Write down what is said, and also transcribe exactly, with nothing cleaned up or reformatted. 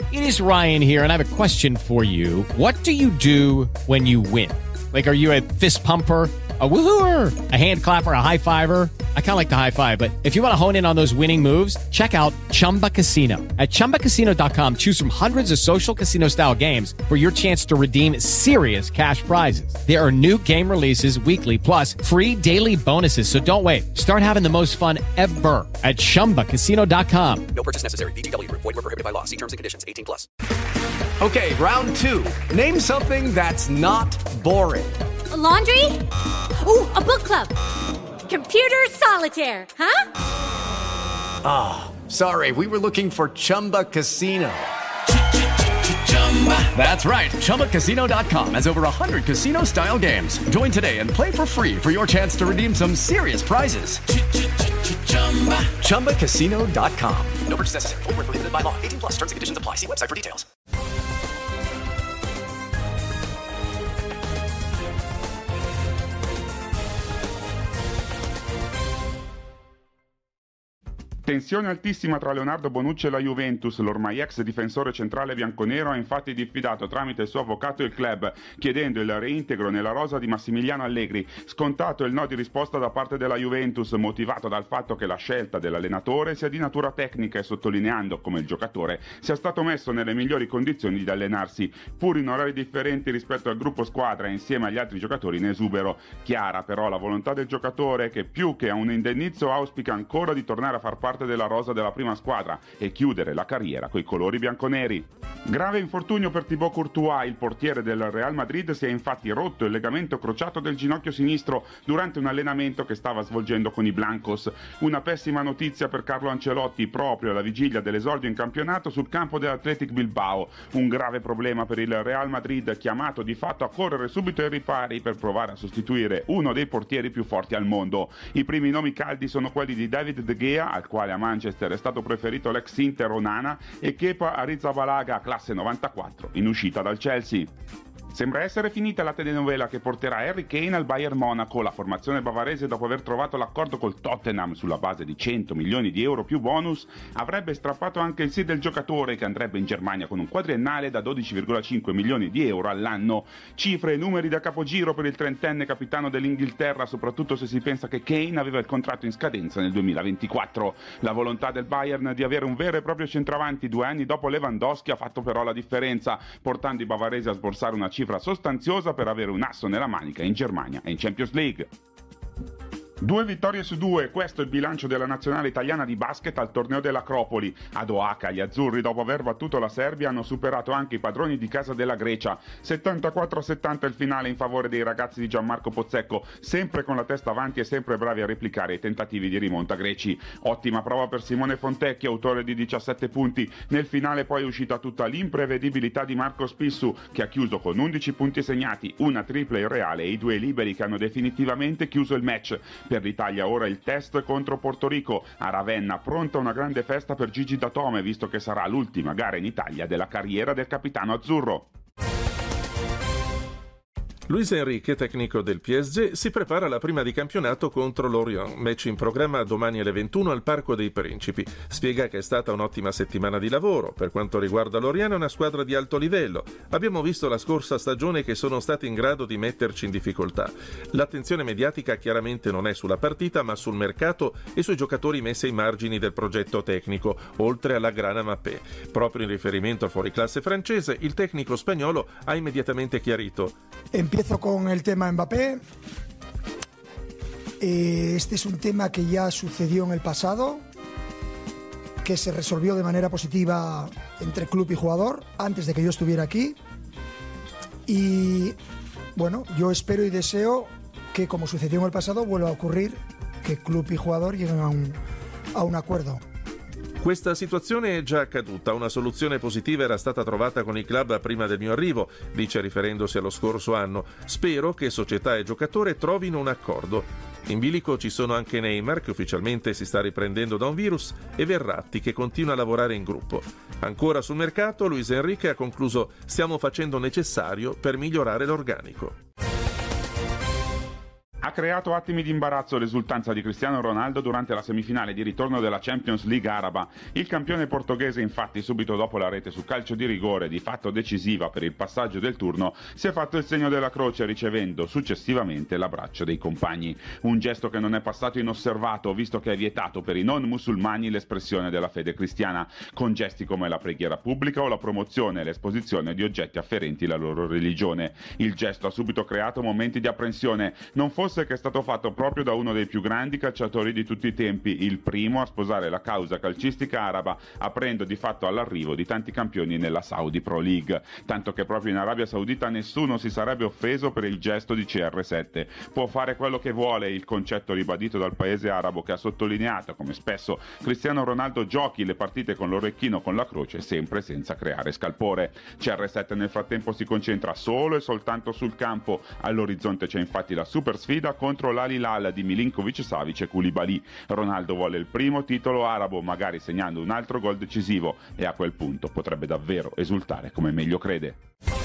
It is Ryan here, and I have a question for you. What do you do when you win? Like, are you a fist pumper, a woohooer, a hand clapper, a high fiver? I kind of like the high five, but if you want to hone in on those winning moves, check out Chumba Casino. At chumba casino dot com, choose from hundreds of social casino style games for your chance to redeem serious cash prizes. There are new game releases weekly, plus free daily bonuses. So don't wait. Start having the most fun ever at chumba casino dot com. No purchase necessary. V G W Group. Void where prohibited by law. See terms and conditions. eighteen plus. Okay, round two. Name something that's not boring. A laundry? Ooh, a book club. Computer solitaire, huh? Ah, oh, sorry. We were looking for Chumba Casino. That's right. Chumba Casino dot com has over one hundred casino-style games. Join today and play for free for your chance to redeem some serious prizes. Chumba Casino dot com. No purchase necessary. Void where prohibited by law. eighteen plus. Terms and conditions apply. See website for details. Tensione altissima tra Leonardo Bonucci e la Juventus. L'ormai ex difensore centrale bianconero ha infatti diffidato tramite il suo avvocato il club, chiedendo il reintegro nella rosa di Massimiliano Allegri. Scontato il no di risposta da parte della Juventus, motivato dal fatto che la scelta dell'allenatore sia di natura tecnica e sottolineando come il giocatore sia stato messo nelle migliori condizioni di allenarsi. Pur in orari differenti rispetto al gruppo squadra e insieme agli altri giocatori in esubero. Chiara però la volontà del giocatore, che più che a un indennizzo auspica ancora di tornare a far parte della rosa della prima squadra e chiudere la carriera coi colori bianconeri. Grave infortunio per Thibaut Courtois. Il portiere del Real Madrid si è infatti rotto il legamento crociato del ginocchio sinistro durante un allenamento che stava svolgendo con i Blancos. Una pessima notizia per Carlo Ancelotti proprio alla vigilia dell'esordio in campionato sul campo dell'Athletic Bilbao. Un grave problema per il Real Madrid, chiamato di fatto a correre subito ai ripari per provare a sostituire uno dei portieri più forti al mondo. I primi nomi caldi sono quelli di David De Gea, al quale a Manchester è stato preferito l'ex Inter Onana, e Kepa Arrizabalaga, classe novantaquattro, in uscita dal Chelsea. Sembra essere finita la telenovela che porterà Harry Kane al Bayern Monaco. La formazione bavarese, dopo aver trovato l'accordo col Tottenham sulla base di cento milioni di euro più bonus, avrebbe strappato anche il sì del giocatore, che andrebbe in Germania con un quadriennale da dodici virgola cinque milioni di euro all'anno. Cifre e numeri da capogiro per il trentenne capitano dell'Inghilterra, soprattutto se si pensa che Kane aveva il contratto in scadenza nel duemilaventiquattro. La volontà del Bayern di avere un vero e proprio centravanti due anni dopo Lewandowski ha fatto però la differenza, portando i bavaresi a sborsare una cifra sostanziosa per avere un asso nella manica in Germania e in Champions League. Due vittorie su due, questo è il bilancio della nazionale italiana di basket al torneo dell'Acropoli. Ad Oaca gli azzurri, dopo aver battuto la Serbia, hanno superato anche i padroni di casa della Grecia. settantaquattro a settanta il finale in favore dei ragazzi di Gianmarco Pozzecco, sempre con la testa avanti e sempre bravi a replicare i tentativi di rimonta greci. Ottima prova per Simone Fontecchi, autore di diciassette punti. Nel finale poi è uscita tutta l'imprevedibilità di Marco Spissu, che ha chiuso con undici punti segnati, una tripla irreale e i due liberi che hanno definitivamente chiuso il match. Per l'Italia ora il test contro Porto Rico. A Ravenna pronta una grande festa per Gigi Datome, visto che sarà l'ultima gara in Italia della carriera del capitano azzurro. Luis Enrique, tecnico del P S G, si prepara alla prima di campionato contro l'Orient, match in programma domani alle ventuno al Parco dei Principi. Spiega che è stata un'ottima settimana di lavoro. Per quanto riguarda l'Orient, è una squadra di alto livello. Abbiamo visto la scorsa stagione che sono stati in grado di metterci in difficoltà. L'attenzione mediatica chiaramente non è sulla partita, ma sul mercato e sui giocatori messi ai margini del progetto tecnico, oltre alla grana Mappé. Proprio in riferimento al fuoriclasse francese, il tecnico spagnolo ha immediatamente chiarito: Empiezo con el tema Mbappé. Este es un tema que ya sucedió en el pasado, que se resolvió de manera positiva entre club y jugador antes de que yo estuviera aquí. Y bueno, yo espero y deseo que, como sucedió en el pasado, vuelva a ocurrir, que club y jugador lleguen a un, a un acuerdo. Questa situazione è già accaduta, una soluzione positiva era stata trovata con i club prima del mio arrivo, dice riferendosi allo scorso anno. Spero che società e giocatore trovino un accordo. In bilico ci sono anche Neymar, che ufficialmente si sta riprendendo da un virus, e Verratti, che continua a lavorare in gruppo. Ancora sul mercato, Luis Enrique ha concluso: stiamo facendo necessario per migliorare l'organico. Ha creato attimi di imbarazzo l'esultanza di Cristiano Ronaldo durante la semifinale di ritorno della Champions League araba. Il campione portoghese, infatti, subito dopo la rete su calcio di rigore, di fatto decisiva per il passaggio del turno, si è fatto il segno della croce, ricevendo successivamente l'abbraccio dei compagni. Un gesto che non è passato inosservato, visto che è vietato per i non musulmani l'espressione della fede cristiana, con gesti come la preghiera pubblica o la promozione e l'esposizione di oggetti afferenti alla loro religione. Il gesto ha subito creato momenti di apprensione, non fosse che è stato fatto proprio da uno dei più grandi calciatori di tutti i tempi, il primo a sposare la causa calcistica araba, aprendo di fatto all'arrivo di tanti campioni nella Saudi Pro League, tanto che proprio in Arabia Saudita nessuno si sarebbe offeso per il gesto di C R sette. Può fare quello che vuole, il concetto ribadito dal paese arabo, che ha sottolineato come spesso Cristiano Ronaldo giochi le partite con l'orecchino con la croce, sempre senza creare scalpore. C R sette nel frattempo si concentra solo e soltanto sul campo. All'orizzonte c'è infatti la super sfida contro l'Al Hilal di Milinkovic, Savic e Koulibaly. Ronaldo vuole il primo titolo arabo, magari segnando un altro gol decisivo, e a quel punto potrebbe davvero esultare come meglio crede.